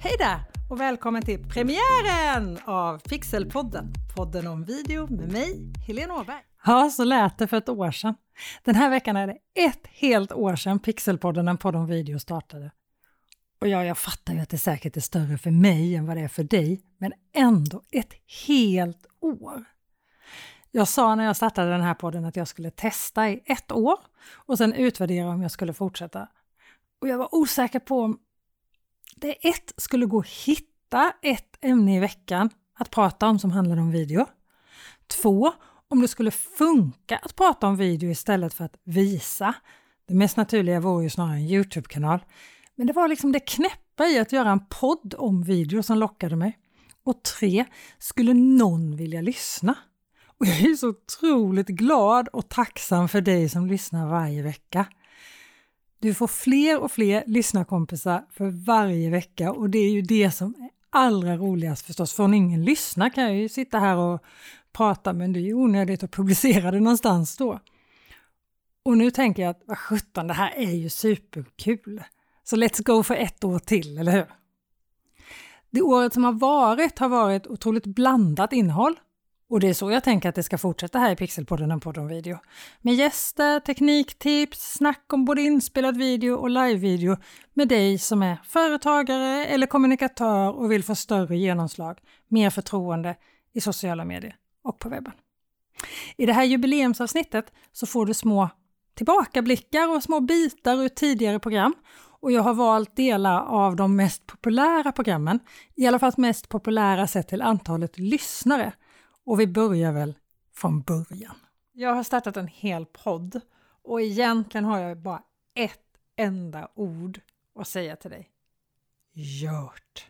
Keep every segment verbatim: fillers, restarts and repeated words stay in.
Hej där och välkommen till premiären av Pixelpodden. Podden om video med mig, Helene Åberg. Ja, så lät det för ett år sedan. Den här veckan är det ett helt år sedan Pixelpodden, en podd om video, startade. Och ja, jag fattar ju att det säkert är större för mig än vad det är för dig. Men ändå ett helt år. Jag sa när jag startade den här podden att jag skulle testa i ett år. Och sen utvärdera om jag skulle fortsätta. Och jag var osäker på om det ett skulle gå att hitta ett ämne i veckan att prata om som handlar om video. Två, om det skulle funka att prata om video istället för att visa. Det mest naturliga vore ju snarare en YouTube-kanal. Men det var liksom det knäppa i att göra en podd om video som lockade mig. Och tre, skulle någon vilja lyssna? Och jag är så otroligt glad och tacksam för dig som lyssnar varje vecka. Du får fler och fler lyssnarkompisar för varje vecka och det är ju det som är allra roligast förstås. För om ingen lyssnar kan jag ju sitta här och prata, men det är ju onödigt att publicera det någonstans då. Och nu tänker jag att vad sjutton, det här är ju superkul. Så let's go för ett år till, eller hur? Det året som har varit har varit otroligt blandat innehåll. Och det är så jag tänker att det ska fortsätta här i Pixelpodden, en podd om video. Med gäster, tekniktips, snack om både inspelad video och live-video med dig som är företagare eller kommunikatör och vill få större genomslag, mer förtroende i sociala medier och på webben. I det här jubileumsavsnittet så får du små tillbakablickar och små bitar ur tidigare program. Och jag har valt delar av de mest populära programmen, i alla fall mest populära sett till antalet lyssnare. Och vi börjar väl från början. Jag har startat en hel podd och egentligen har jag bara ett enda ord att säga till dig. Gjort.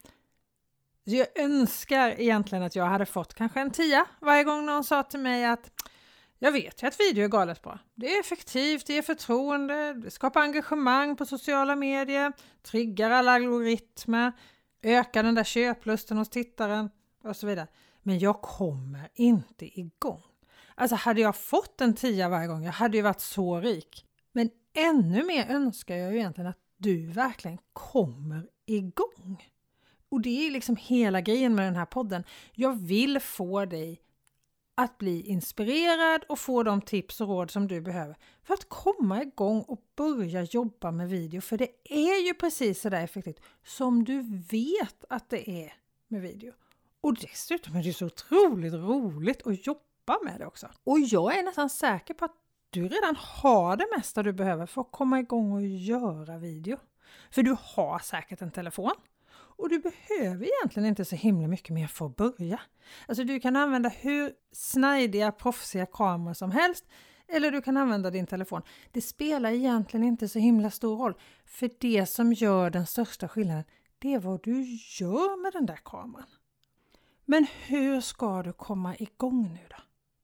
Jag önskar egentligen att jag hade fått kanske en tia varje gång någon sa till mig att jag vet ju att video är galet bra. Det är effektivt, det ger förtroende, det skapar engagemang på sociala medier, triggar alla algoritmer, ökar den där köplusten hos tittaren och så vidare. Men jag kommer inte igång. Alltså hade jag fått en tia varje gång, jag hade ju varit så rik. Men ännu mer önskar jag ju egentligen att du verkligen kommer igång. Och det är liksom hela grejen med den här podden. Jag vill få dig att bli inspirerad och få de tips och råd som du behöver för att komma igång och börja jobba med video. För det är ju precis så där effektivt som du vet att det är med video. Och dessutom är det så otroligt roligt att jobba med det också. Och jag är nästan säker på att du redan har det mesta du behöver för att komma igång och göra video. För du har säkert en telefon. Och du behöver egentligen inte så himla mycket mer för att börja. Alltså du kan använda hur snajdiga, proffsiga kameror som helst. Eller du kan använda din telefon. Det spelar egentligen inte så himla stor roll. För det som gör den största skillnaden, det är vad du gör med den där kameran. Men hur ska du komma igång nu då?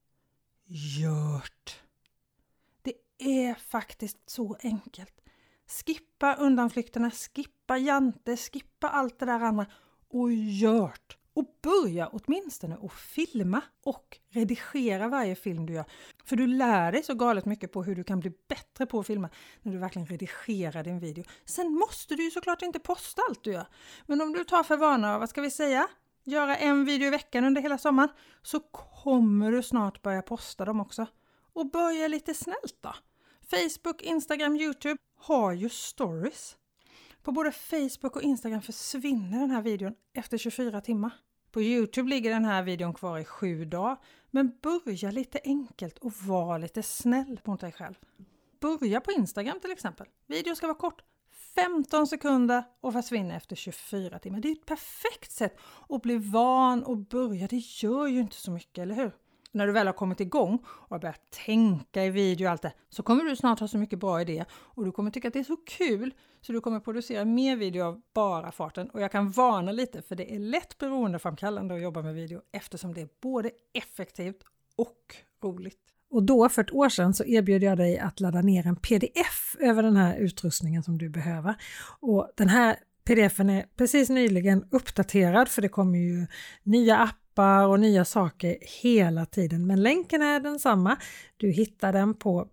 Gjort. Det är faktiskt så enkelt. Skippa undanflykterna, skippa jante, skippa allt det där andra och gjort. Och börja åtminstone att filma och redigera varje film du gör. För du lär dig så galet mycket på hur du kan bli bättre på att filma när du verkligen redigerar din video. Sen måste du ju såklart inte posta allt du gör. Men om du tar för vana, vad ska vi säga? Göra en video i veckan under hela sommaren så kommer du snart börja posta dem också. Och börja lite snällt då. Facebook, Instagram, YouTube har ju stories. På både Facebook och Instagram försvinner den här videon efter tjugofyra timmar. På YouTube ligger den här videon kvar i sju dagar. Men börja lite enkelt och var lite snäll mot dig själv. Börja på Instagram till exempel. Videon ska vara kort. femton sekunder och försvinner efter tjugofyra timmar. Det är ett perfekt sätt att bli van och börja. Det gör ju inte så mycket, eller hur? När du väl har kommit igång och börjat tänka i video och allt det, så kommer du snart ha så mycket bra idéer. Och du kommer tycka att det är så kul så du kommer producera mer video av bara farten. Och jag kan varna lite för det är lätt beroendeframkallande att jobba med video eftersom det är både effektivt och roligt. Och då för ett år sedan så erbjöd jag dig att ladda ner en pdf över den här utrustningen som du behöver. Och den här pdfen är precis nyligen uppdaterad för det kommer ju nya appar och nya saker hela tiden. Men länken är densamma. Du hittar den på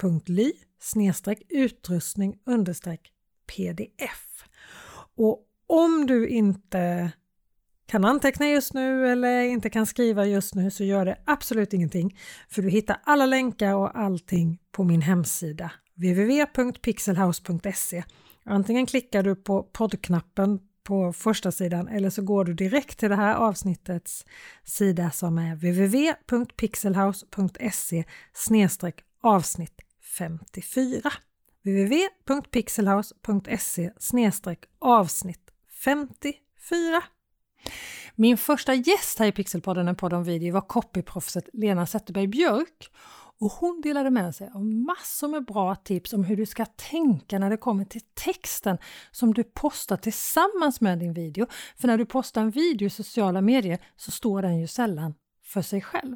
bit.ly snedstreck utrustning understreck pdf. Och om du inte kan anteckna just nu eller inte kan skriva just nu så gör det absolut ingenting. För du hittar alla länkar och allting på min hemsida w w w punkt pixelhouse punkt se. Antingen klickar du på poddknappen på första sidan eller så går du direkt till det här avsnittets sida som är w w w punkt pixelhouse punkt se snedstreck avsnitt femtiofyra. w w w punkt pixelhouse punkt se snedstreck avsnitt femtiofyra. Min första gäst här i Pixelpodden, en podd om video, var copyproffset Lena Zetterberg Björk. Och hon delade med sig av massor med bra tips om hur du ska tänka när det kommer till texten som du postar tillsammans med din video. För när du postar en video i sociala medier så står den ju sällan för sig själv.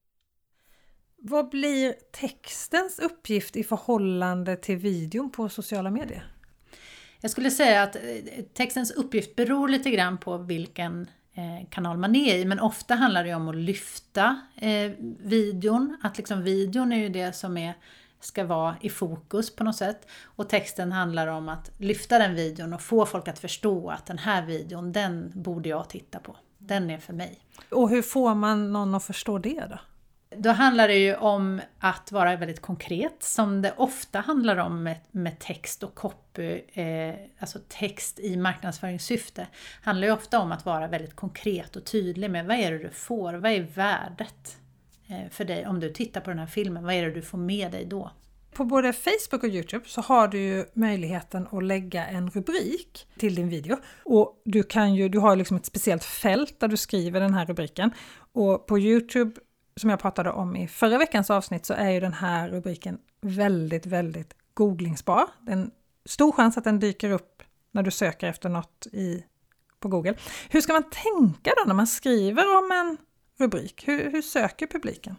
Vad blir textens uppgift i förhållande till videon på sociala medier? Jag skulle säga att textens uppgift beror lite grann på vilken kanal man är i, men ofta handlar det om att lyfta eh, videon, att liksom videon är ju det som är, ska vara i fokus på något sätt, och texten handlar om att lyfta den videon och få folk att förstå att den här videon, den borde jag titta på, den är för mig. Och hur får man någon att förstå det då? Då handlar det ju om att vara väldigt konkret, som det ofta handlar om med, med text och copy, eh, alltså text i marknadsföringssyfte. Handlar ju ofta om att vara väldigt konkret och tydlig med vad är det du får, vad är värdet eh, för dig om du tittar på den här filmen, vad är det du får med dig då? På både Facebook och YouTube så har du ju möjligheten att lägga en rubrik till din video. Och du, kan ju, du har liksom ett speciellt fält där du skriver den här rubriken. Och på YouTube, som jag pratade om i förra veckans avsnitt, så är ju den här rubriken väldigt, väldigt googlingsbar. Det är en stor chans att den dyker upp när du söker efter något i, på Google. Hur ska man tänka då när man skriver om en rubrik? Hur, hur söker publiken?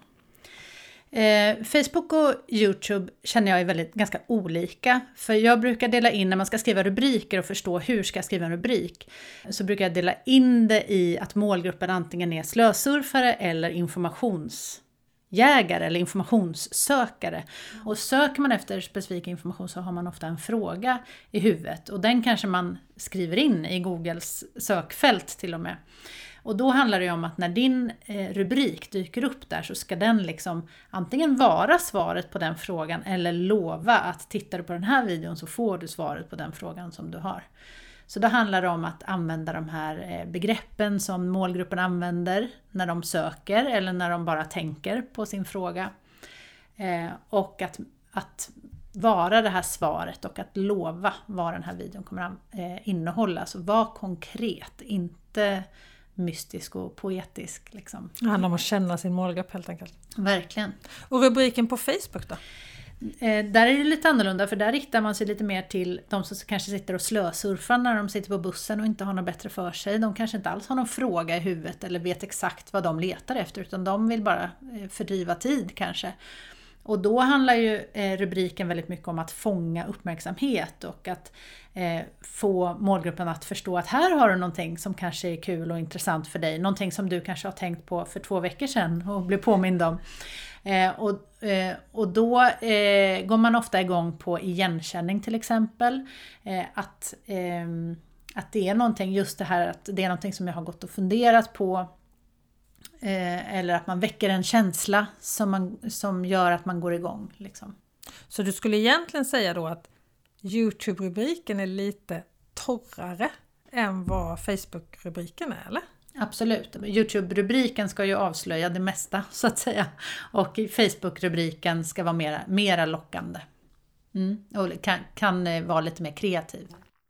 Eh, Facebook och YouTube känner jag är väldigt ganska olika. För jag brukar dela in, när man ska skriva rubriker och förstå hur ska jag skriva en rubrik, så brukar jag dela in det i att målgruppen antingen är slösurfare eller informationsjägare eller informationssökare. Och söker man efter specifik information så har man ofta en fråga i huvudet, och den kanske man skriver in i Googles sökfält till och med. Och då handlar det om att när din eh, rubrik dyker upp där så ska den liksom antingen vara svaret på den frågan eller lova att tittar du på den här videon så får du svaret på den frågan som du har. Så då handlar det om att använda de här eh, begreppen som målgruppen använder när de söker eller när de bara tänker på sin fråga. Eh, och att, att vara det här svaret och att lova vad den här videon kommer att eh, innehålla. Så var konkret, inte mystisk och poetisk. Liksom. Det handlar om att känna sin målgrupp helt enkelt. Verkligen. Och rubriken på Facebook då? Eh, där är det lite annorlunda, för där riktar man sig lite mer till de som kanske sitter och slösurfar när de sitter på bussen och inte har något bättre för sig. De kanske inte alls har någon fråga i huvudet eller vet exakt vad de letar efter, utan de vill bara eh, fördriva tid kanske. Och då handlar ju eh, rubriken väldigt mycket om att fånga uppmärksamhet och att eh, få målgruppen att förstå att här har du någonting som kanske är kul och intressant för dig. Någonting som du kanske har tänkt på för två veckor sedan och blev påmind om. Eh, och, eh, och då eh, går man ofta igång på igenkänning till exempel. Eh, att, eh, att det är någonting, just det här att det är någonting som jag har gått och funderat på. Eh, eller att man väcker en känsla som, man, som gör att man går igång. Liksom. Så du skulle egentligen säga då att YouTube-rubriken är lite torrare än vad Facebook-rubriken är, eller? Absolut. YouTube-rubriken ska ju avslöja det mesta så att säga. Och Facebook-rubriken ska vara mera, mera lockande. Mm. Och kan, kan vara lite mer kreativ.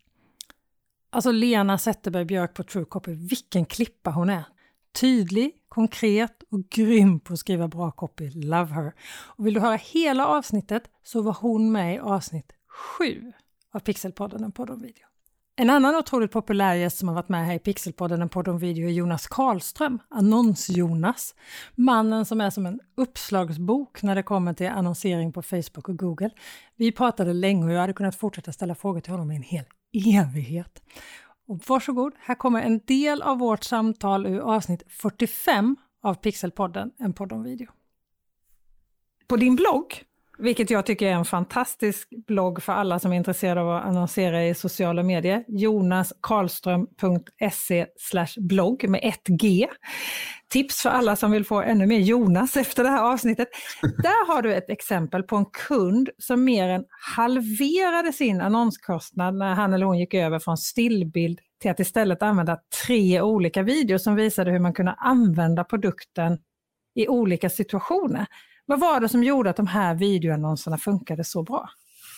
Alltså Lena Zetterberg Björk på TrueCopy, vilken klippa hon är. Tydlig, konkret och grym på att skriva bra copy. Love her. Och vill du höra hela avsnittet så var hon med i avsnitt sju av Pixelpodden, en podd om video. En annan otroligt populär gäst som har varit med här i Pixelpodden, en podd om video, är Jonas Karlström, Annons-Jonas. Mannen som är som en uppslagsbok när det kommer till annonsering på Facebook och Google. Vi pratade länge och jag hade kunnat fortsätta ställa frågor till honom i en hel evighet. Och varsågod, här kommer en del av vårt samtal ur avsnitt fyrtiofem av Pixelpodden, en podd om video. På din blogg Vilket jag tycker är en fantastisk blogg för alla som är intresserade av att annonsera i sociala medier. jonaskarlström punkt se slash blogg med ett G. Tips för alla som vill få ännu mer Jonas efter det här avsnittet. Där har du ett exempel på en kund som mer än halverade sin annonskostnad när han eller hon gick över från stillbild till att istället använda tre olika videor som visade hur man kunde använda produkten i olika situationer. Vad var det som gjorde att de här videoannonserna funkade så bra?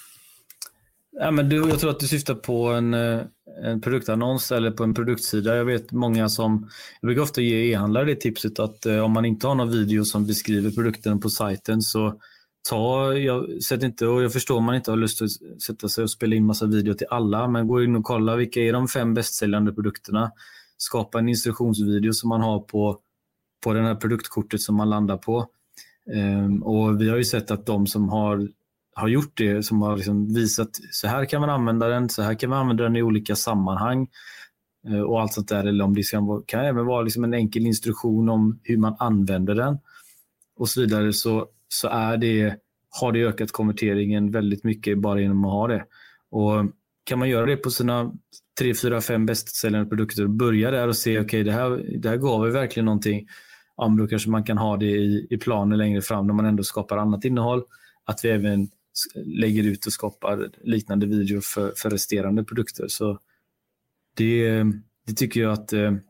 Ja, men du, jag tror att du syftar på en, en produktannons eller på en produktsida. Jag vet många som, jag brukar ofta ge e-handlare det tipset att eh, om man inte har någon video som beskriver produkten på sajten så ta, jag, sätt inte, och jag förstår om man inte har lust att sätta sig och spela in massa video till alla, men gå in och kolla vilka är de fem bästsäljande produkterna. Skapa en instruktionsvideo som man har på, på den här produktkortet som man landar på. Um, och vi har ju sett att de som har, har gjort det, som har liksom visat så här kan man använda den, så här kan man använda den i olika sammanhang uh, och allt sånt där, eller om det kan, kan även vara liksom en enkel instruktion om hur man använder den och så vidare, så, så är det, har det ökat konverteringen väldigt mycket bara genom att ha det. Och kan man göra det på sina tre, fyra, fem bästsäljande produkter och börja där och se okej, okay, det här, det här gav ju verkligen någonting. Ja, men då kanske man kan ha det i, i planen längre fram när man ändå skapar annat innehåll. Att vi även lägger ut och skapar liknande videor för, för resterande produkter. Så det, det tycker jag att eh,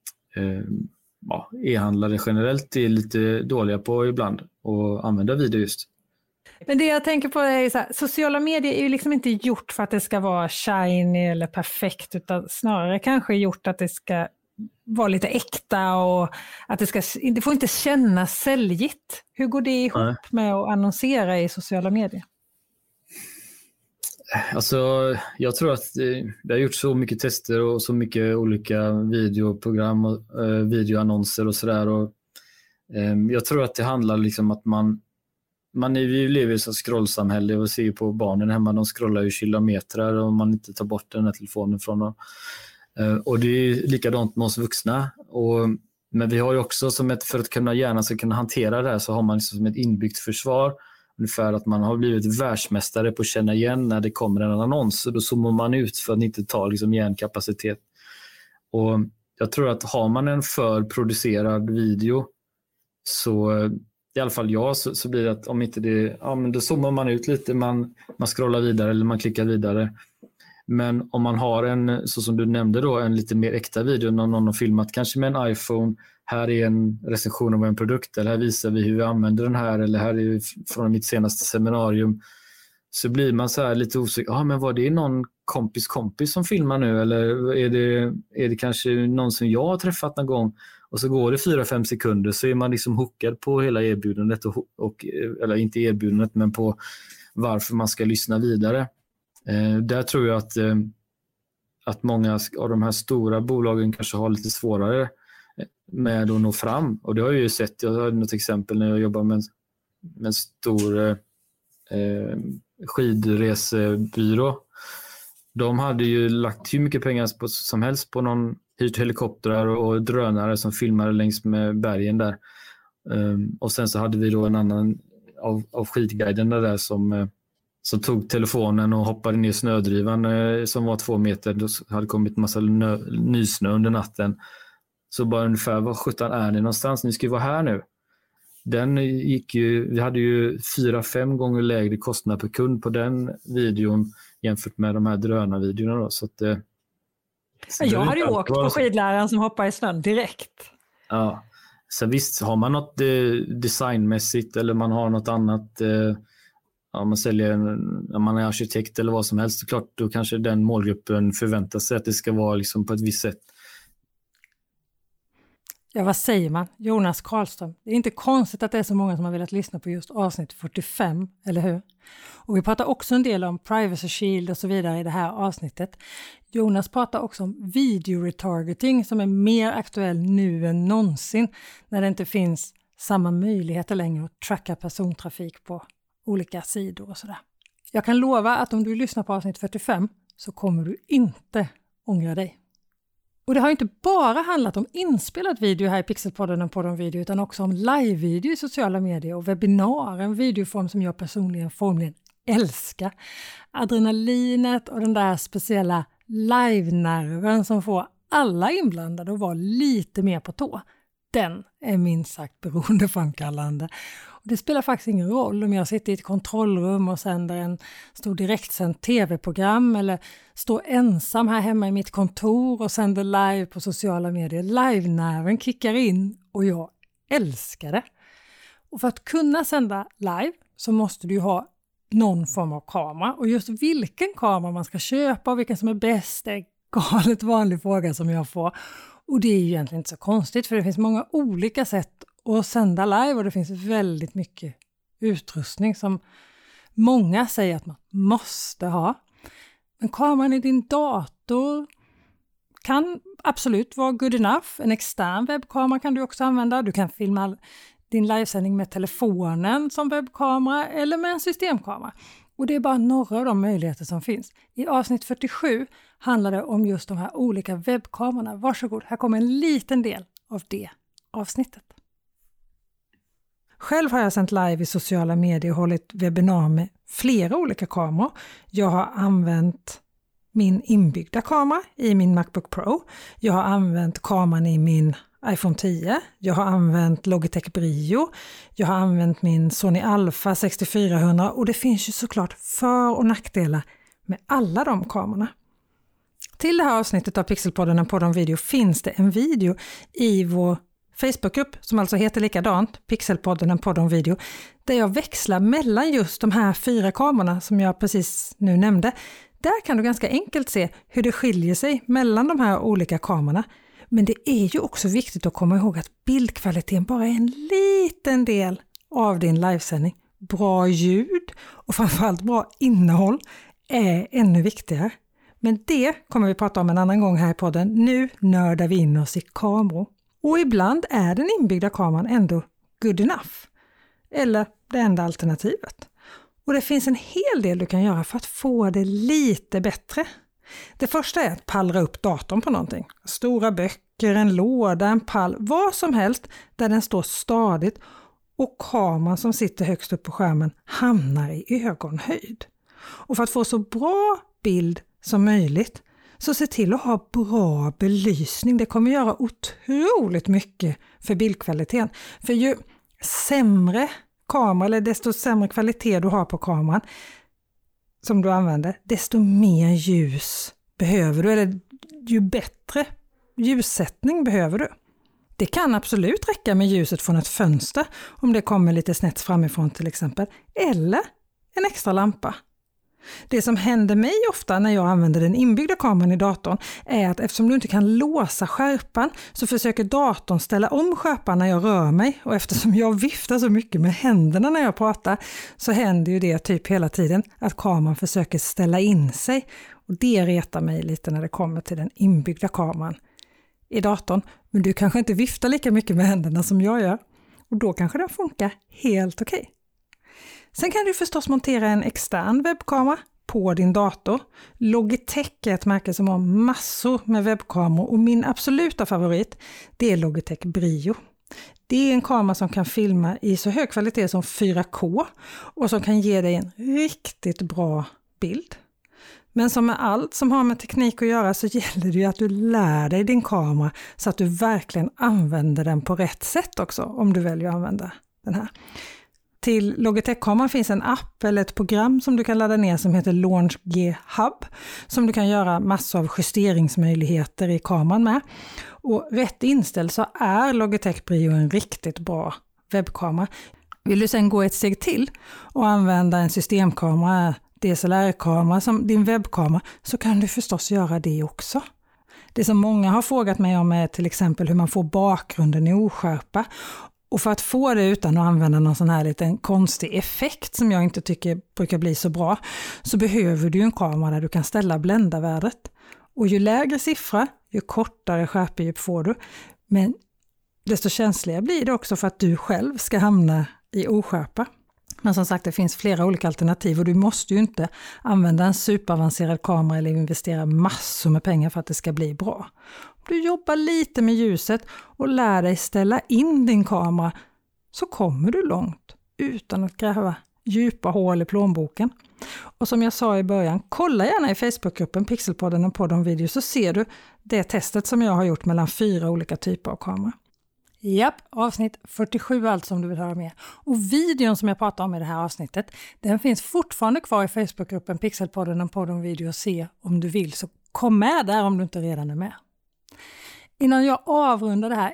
ja, e-handlare generellt är lite dåliga på ibland att använda video just. Men det jag tänker på är så här, sociala medier är ju liksom inte gjort för att det ska vara shiny eller perfekt, utan snarare kanske gjort att det ska vara lite äkta och att det ska, det får inte kännas säljigt. Hur går det ihop Nej. med att annonsera i sociala medier? Alltså, jag tror att det, det har gjort så mycket tester och så mycket olika videoprogram och eh, videoannonser och sådär. Och, eh, jag tror att det handlar liksom att man, man är, vi lever i så scrollsamhälle och ser på barnen hemma, de scrollar ju kilometrar och man inte tar bort den här telefonen från dem. Och det är likadant med oss vuxna. Och, men vi har ju också, som ett, för att kunna hjärnan ska kunna hantera det här, så har man liksom som ett inbyggt försvar. Ungefär att man har blivit världsmästare på att känna igen när det kommer en annons. Och då zoomar man ut för att inte ta liksom hjärnkapacitet. Och jag tror att har man en förproducerad video, så i alla fall jag, så, så blir det att om inte det, ja, men då zoomar man ut lite, man, man scrollar vidare eller man klickar vidare. Men om man har en, så som du nämnde då, en lite mer äkta video, när någon har filmat kanske med en iPhone, här är en recension av en produkt, eller här visar vi hur vi använder den här, eller här är från mitt senaste seminarium, så blir man så här lite osäker. Ja, ah, men var det någon kompis kompis som filmar nu, eller är det, är det kanske någon som jag har träffat någon gång? Och så går det fyra fem sekunder så är man liksom hookad på hela erbjudandet, och, och, eller inte erbjudandet, men på varför man ska lyssna vidare. Eh, där tror jag att, eh, att många av de här stora bolagen kanske har lite svårare med att nå fram. Och det har jag ju sett. Jag har något exempel när jag jobbar med, med en stor eh, skidresebyrå. De hade ju lagt hur mycket pengar på, som helst på någon hyrt helikoptrar och drönare som filmade längs med bergen där. Um, och sen så hade vi då en annan av, av skidguiderna där som, uh, som tog telefonen och hoppade ner snödrivan uh, som var två meter. Då hade kommit en massa nö, nysnö under natten. Så bara ungefär, vad sjutton är ni någonstans? Ni ska ju vara här nu. Den gick ju, vi hade ju fyra, fem gånger lägre kostnad per kund på den videon jämfört med de här drönarvideorna då. Så att, uh, så jag hade ju åkt på skidläraren som hoppar i snön direkt. Ja, så visst har man något eh, designmässigt eller man har något annat, eh, ja, man säljer, en, man är arkitekt eller vad som helst, så klart då kanske den målgruppen förväntar sig att det ska vara liksom på ett visst sätt. Ja, vad säger man? Jonas Karlström. Det är inte konstigt att det är så många som har velat lyssna på just avsnitt fyrtiofem, eller hur? Och vi pratar också en del om privacy shield och så vidare i det här avsnittet. Jonas pratar också om video-retargeting som är mer aktuell nu än någonsin när det inte finns samma möjligheter längre att tracka persontrafik på olika sidor och sådär. Jag kan lova att om du lyssnar på avsnitt fyrtiofem så kommer du inte ångra dig. Och det har inte bara handlat om inspelad video här i Pixelpodden och Podden Video, utan också om live-video i sociala medier och webbinar, en videoform som jag personligen formligen älskar. Adrenalinet och den där speciella live-nerven som får alla inblandade att vara lite mer på tå. Den är minst sagt beroendeframkallande. Och det spelar faktiskt ingen roll om jag sitter i ett kontrollrum och sänder en stor direktsänd tv-program eller står ensam här hemma i mitt kontor och sänder live på sociala medier. Live-nerven kickar in och jag älskar det. Och för att kunna sända live så måste du ha någon form av kamera. Och just vilken kamera man ska köpa och vilken som är bäst är galet vanlig fråga som jag får. Och det är ju egentligen inte så konstigt, för det finns många olika sätt att sända live och det finns väldigt mycket utrustning som många säger att man måste ha. Men kameran i din dator kan absolut vara good enough. En extern webbkamera kan du också använda. Du kan filma din livesändning med telefonen som webbkamera eller med en systemkamera. Och det är bara några av de möjligheter som finns. I avsnitt fyrtiosju handlar det om just de här olika webbkamerorna. Varsågod, här kommer en liten del av det avsnittet. Själv har jag sänt live i sociala medier och hållit webbinar med flera olika kameror. Jag har använt min inbyggda kamera i min MacBook Pro. Jag har använt kameran i min iPhone tio. Jag har använt Logitech Brio. Jag har använt min Sony Alpha sextiofyrahundra och det finns ju såklart för- och nackdelar med alla de kamerorna. Till det här avsnittet av Pixelpodden och Podden Video finns det en video i vår Facebookgrupp som alltså heter likadant, Pixelpodden och Podden Video, där jag växlar mellan just de här fyra kamerorna som jag precis nu nämnde. Där kan du ganska enkelt se hur det skiljer sig mellan de här olika kamerorna. Men det är ju också viktigt att komma ihåg att bildkvaliteten bara är en liten del av din livesändning. Bra ljud och framförallt bra innehåll är ännu viktigare. Men det kommer vi prata om en annan gång här i podden. Nu nördar vi in oss i kameror. Och ibland är den inbyggda kameran ändå good enough. Eller det enda alternativet. Och det finns en hel del du kan göra för att få det lite bättre. Det första är att pallra upp datorn på någonting. Stora böcker, en låda, en pall, vad som helst där den står stadigt och kameran som sitter högst upp på skärmen hamnar i ögonhöjd. Och för att få så bra bild som möjligt så se till att ha bra belysning. Det kommer göra otroligt mycket för bildkvaliteten. För ju sämre kamera eller desto sämre kvalitet du har på kameran som du använder, desto mer ljus behöver du, eller ju bättre ljussättning behöver du. Det kan absolut räcka med ljuset från ett fönster om det kommer lite snett framifrån till exempel, eller en extra lampa. Det som händer mig ofta när jag använder den inbyggda kameran i datorn är att eftersom du inte kan låsa skärpan så försöker datorn ställa om skärpan när jag rör mig, och eftersom jag viftar så mycket med händerna när jag pratar så händer ju det typ hela tiden att kameran försöker ställa in sig, och det retar mig lite när det kommer till den inbyggda kameran i datorn. Men du kanske inte viftar lika mycket med händerna som jag gör, och då kanske det funkar helt okej. Okay. Sen kan du förstås montera en extern webbkamera på din dator. Logitech är ett märke som har massor med webbkameror, och min absoluta favorit det är Logitech Brio. Det är en kamera som kan filma i så hög kvalitet som fyra K och som kan ge dig en riktigt bra bild. Men som med allt som har med teknik att göra så gäller det ju att du lär dig din kamera så att du verkligen använder den på rätt sätt också, om du väljer att använda den här. Till Logitech-kameran finns en app eller ett program som du kan ladda ner som heter Launch G Hub, som du kan göra massor av justeringsmöjligheter i kameran med. Och rätt inställd så är Logitech Brio en riktigt bra webbkamera. Vill du sen gå ett steg till och använda en systemkamera, D S L R-kamera som din webbkamera, så kan du förstås göra det också. Det som många har frågat mig om är till exempel hur man får bakgrunden i oskärpa. Och för att få det utan att använda någon sån här liten konstig effekt som jag inte tycker brukar bli så bra, så behöver du en kamera där du kan ställa bländarvärdet. Och ju lägre siffra, ju kortare skärpedjup får du. Men desto känsligare blir det också för att du själv ska hamna i oskärpa. Men som sagt, det finns flera olika alternativ och du måste ju inte använda en superavancerad kamera eller investera massor med pengar för att det ska bli bra. Du jobbar lite med ljuset och lär dig ställa in din kamera, så kommer du långt utan att gräva djupa hål i plånboken. Och som jag sa i början, kolla gärna i Facebookgruppen Pixelpodden och Podd om video, så ser du det testet som jag har gjort mellan fyra olika typer av kameror. Japp, avsnitt fyrtiosju alltså om du vill höra mer. Och videon som jag pratar om i det här avsnittet, den finns fortfarande kvar i Facebookgruppen Pixelpodden och Podd om video, och se om du vill, så kom med där om du inte redan är med. Innan jag avrundar det här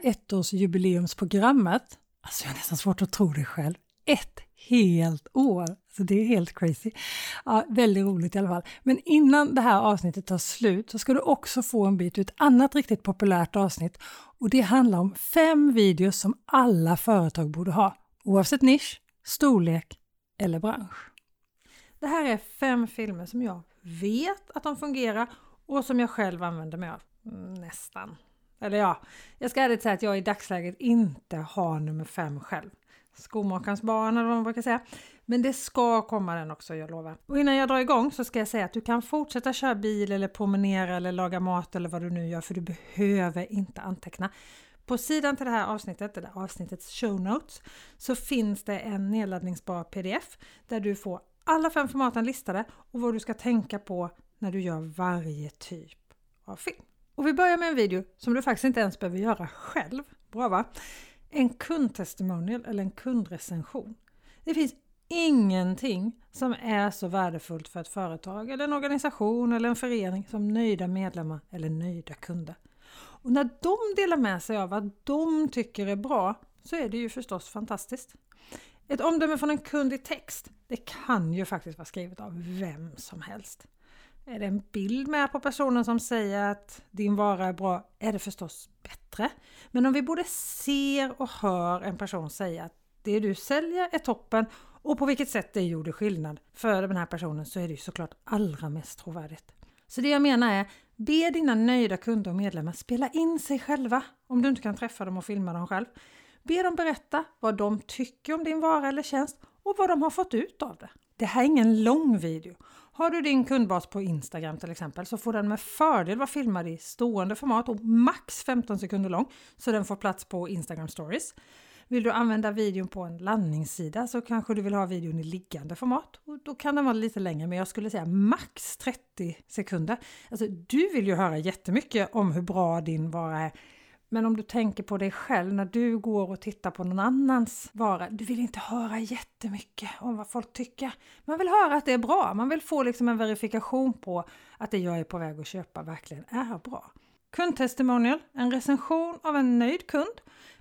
ettårsjubileumsprogrammet, alltså jag har nästan svårt att tro det själv, ett helt år, så det är helt crazy. Ja, väldigt roligt i alla fall. Men innan det här avsnittet tar slut så ska du också få en bit ur ett annat riktigt populärt avsnitt, och det handlar om fem videos som alla företag borde ha, oavsett nisch, storlek eller bransch. Det här är fem filmer som jag vet att de fungerar och som jag själv använder mig av. Nästan. Eller ja, jag ska ärligt säga att jag i dagsläget inte har nummer fem själv. Skomakarens barn eller vad man brukar säga. Men det ska komma den också, jag lovar. Och innan jag drar igång så ska jag säga att du kan fortsätta köra bil eller promenera eller laga mat eller vad du nu gör, för du behöver inte anteckna. På sidan till det här avsnittet, eller avsnittets show notes, så finns det en nedladdningsbar pdf där du får alla fem formaten listade och vad du ska tänka på när du gör varje typ av film. Och vi börjar med en video som du faktiskt inte ens behöver göra själv. Bra va? En kundtestimonial eller en kundrecension. Det finns ingenting som är så värdefullt för ett företag eller en organisation eller en förening som nöjda medlemmar eller nöjda kunder. Och när de delar med sig av vad de tycker är bra, så är det ju förstås fantastiskt. Ett omdöme från en kund i text, det kan ju faktiskt vara skrivet av vem som helst. Är det en bild med på personen som säger att din vara är bra, är det förstås bättre. Men om vi både ser och hör en person säga att det du säljer är toppen och på vilket sätt det gjorde skillnad för den här personen, så är det ju såklart allra mest trovärdigt. Så det jag menar är, be dina nöjda kunder och medlemmar spela in sig själva om du inte kan träffa dem och filma dem själv. Be dem berätta vad de tycker om din vara eller tjänst och vad de har fått ut av det. Det här är ingen lång video. Har du din kundbas på Instagram till exempel, så får den med fördel vara filmad i stående format och max femton sekunder lång, så den får plats på Instagram stories. Vill du använda videon på en landningssida, så kanske du vill ha videon i liggande format, och då kan den vara lite längre, men jag skulle säga max trettio sekunder. Alltså du vill ju höra jättemycket om hur bra din vara är. Men om du tänker på dig själv när du går och tittar på någon annans vara, du vill inte höra jättemycket om vad folk tycker. Man vill höra att det är bra. Man vill få liksom en verifikation på att det jag är på väg att köpa verkligen är bra. Kundtestimonial, en recension av en nöjd kund.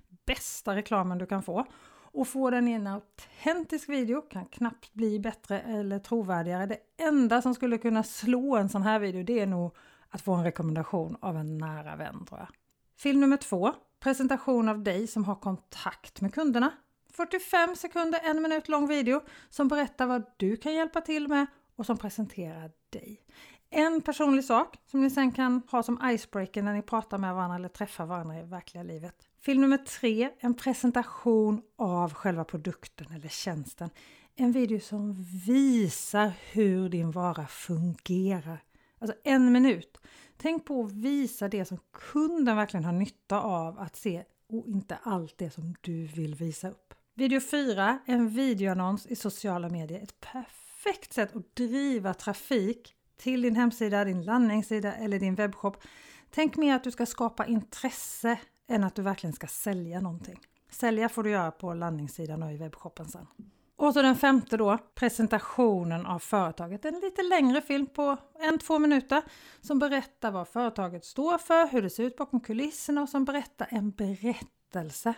Bästa reklamen du kan få. Och få den i en autentisk video kan knappt bli bättre eller trovärdigare. Det enda som skulle kunna slå en sån här video, det är nog att få en rekommendation av en nära vän, tror jag. Film nummer två, presentation av dig som har kontakt med kunderna. fyrtiofem sekunder, en minut lång video som berättar vad du kan hjälpa till med och som presenterar dig. En personlig sak som ni sen kan ha som icebreaker när ni pratar med varandra eller träffar varandra i verkliga livet. Film nummer tre, en presentation av själva produkten eller tjänsten. En video som visar hur din vara fungerar. Alltså en minut. Tänk på att visa det som kunden verkligen har nytta av att se och inte allt det som du vill visa upp. Video fyra, en videoannons i sociala medier. Ett perfekt sätt att driva trafik till din hemsida, din landningssida eller din webbshop. Tänk mer att du ska skapa intresse än att du verkligen ska sälja någonting. Sälja får du göra på landningssidan och i webbshoppen sen. Och så den femte då, presentationen av företaget. En lite längre film på en, två minuter som berättar vad företaget står för, hur det ser ut bakom kulisserna och som berättar en berättelse.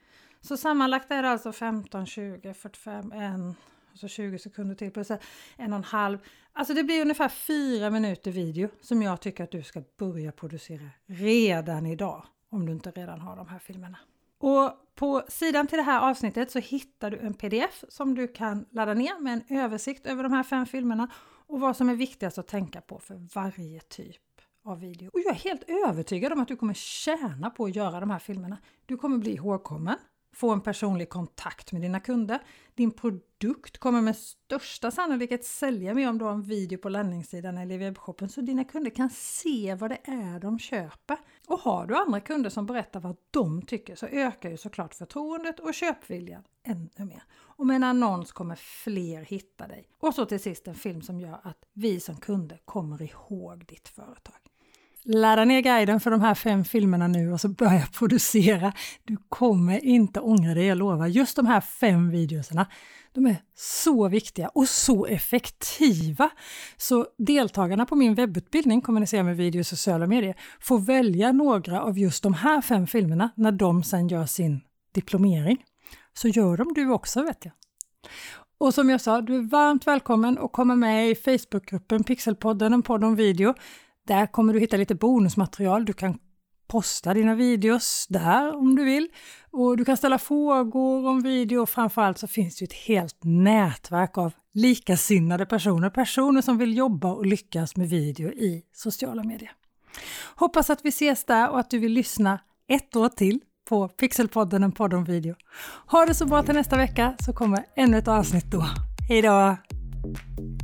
Så sammanlagt är det alltså femton, tjugo, fyrtiofem, en, och så tjugo sekunder till plus en och en halv. Alltså det blir ungefär fyra minuter video som jag tycker att du ska börja producera redan idag om du inte redan har de här filmerna. Och på sidan till det här avsnittet så hittar du en pdf som du kan ladda ner med en översikt över de här fem filmerna och vad som är viktigast att tänka på för varje typ av video. Och jag är helt övertygad om att du kommer tjäna på att göra de här filmerna. Du kommer bli ihågkommen få en personlig kontakt med dina kunder. Din produkt kommer med största sannolikhet sälja mer om du har en video på landningssidan eller i webbshoppen så dina kunder kan se vad det är de köper. Och har du andra kunder som berättar vad de tycker så ökar ju såklart förtroendet och köpviljan ännu mer. Och med en annons kommer fler hitta dig. Och så till sist en film som gör att vi som kunder kommer ihåg ditt företag. Ladda ner guiden för de här fem filmerna nu och så börja producera. Du kommer inte ångra det, jag lovar. Just de här fem videorna, de är så viktiga och så effektiva. Så deltagarna på min webbutbildning Kommunicera med video och sociala medier får välja några av just de här fem filmerna när de sen gör sin diplomering. Så gör de du också, vet jag. Och som jag sa, du är varmt välkommen att komma med i Facebookgruppen Pixelpodden, en podd om video. Där kommer du hitta lite bonusmaterial. Du kan posta dina videos där om du vill. Och du kan ställa frågor om video. Och framförallt så finns det ett helt nätverk av likasinnade personer. Personer som vill jobba och lyckas med video i sociala medier. Hoppas att vi ses där och att du vill lyssna ett år till på Pixelpodden, en podd om video. Ha det så bra till nästa vecka så kommer ännu ett avsnitt då. Hej då!